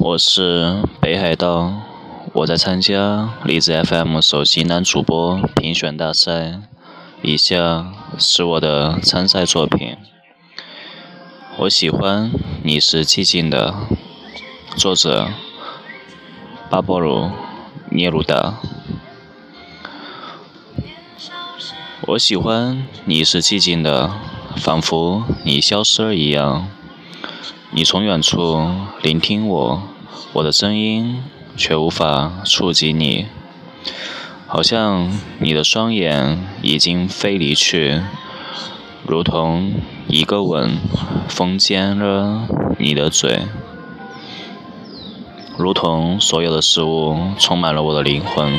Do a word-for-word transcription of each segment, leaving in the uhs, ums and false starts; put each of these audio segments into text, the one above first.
我是北海道，我在参加荔枝 F M 首席男主播评选大赛。以下是我的参赛作品。我喜欢你是寂静的，作者巴波鲁涅鲁达。我喜欢你是寂静的，仿佛你消失了一样。你从远处聆听我，我的声音却无法触及你，好像你的双眼已经飞离去，如同一个吻封缄了你的嘴，如同所有的事物充满了我的灵魂。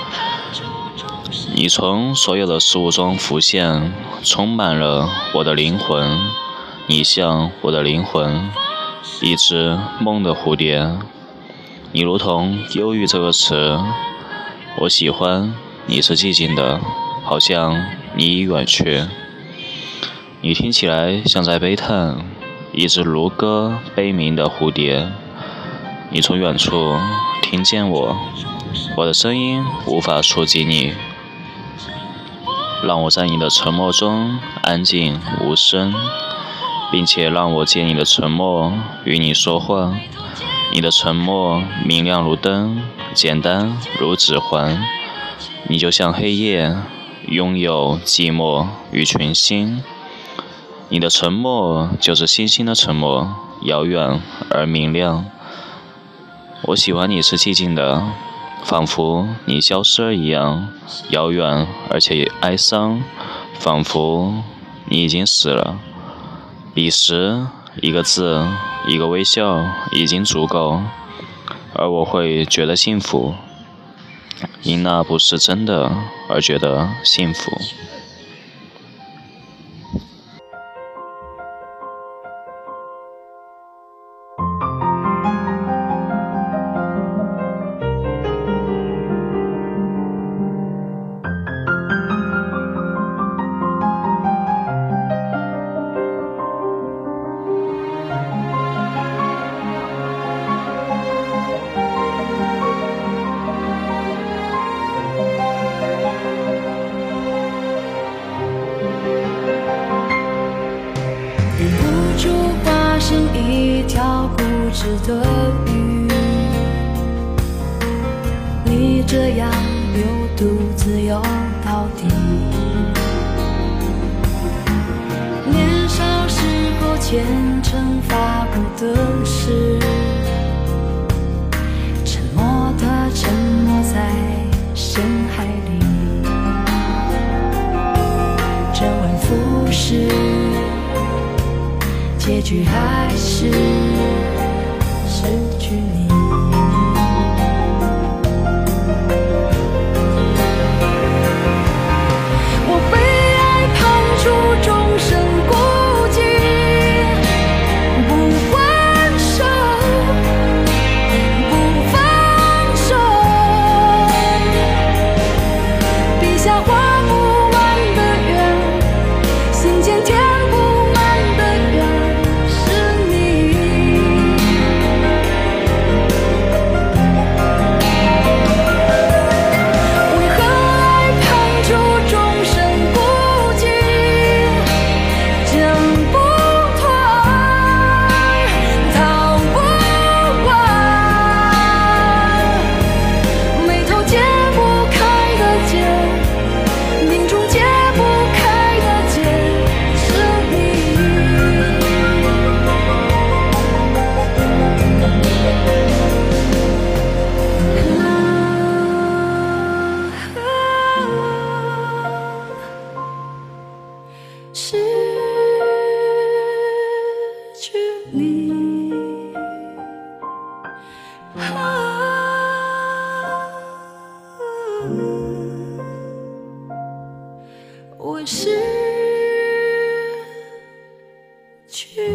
你从所有的事物中浮现，充满了我的灵魂。你像我的灵魂，一只梦的蝴蝶。你如同忧郁这个词，我喜欢你是寂静的，好像你已远去。你听起来像在悲叹，一只如歌悲鸣的蝴蝶。你从远处听见我，我的声音无法触及你。让我在你的沉默中安静无声，并且让我借你的沉默与你说话。你的沉默明亮如灯，简单如指环。你就像黑夜，拥有寂寞与群星。你的沉默就是星星的沉默，遥远而明亮。我喜欢你是寂静的，仿佛你消失了一样，遥远而且哀伤，仿佛你已经死了。彼时，一个字，一个微笑已经足够，而我会觉得幸福，因那不是真的而觉得幸福。 一条固执的鱼，你这样又独自游到底。年少时候虔诚发过的誓，沉默的沉没在深海里，周而复始，结局还是失去你。我被爱判处终身孤寂，不还手，不放手，笔下画不完的圆，心间填不满的缘。失去你，啊，我失去。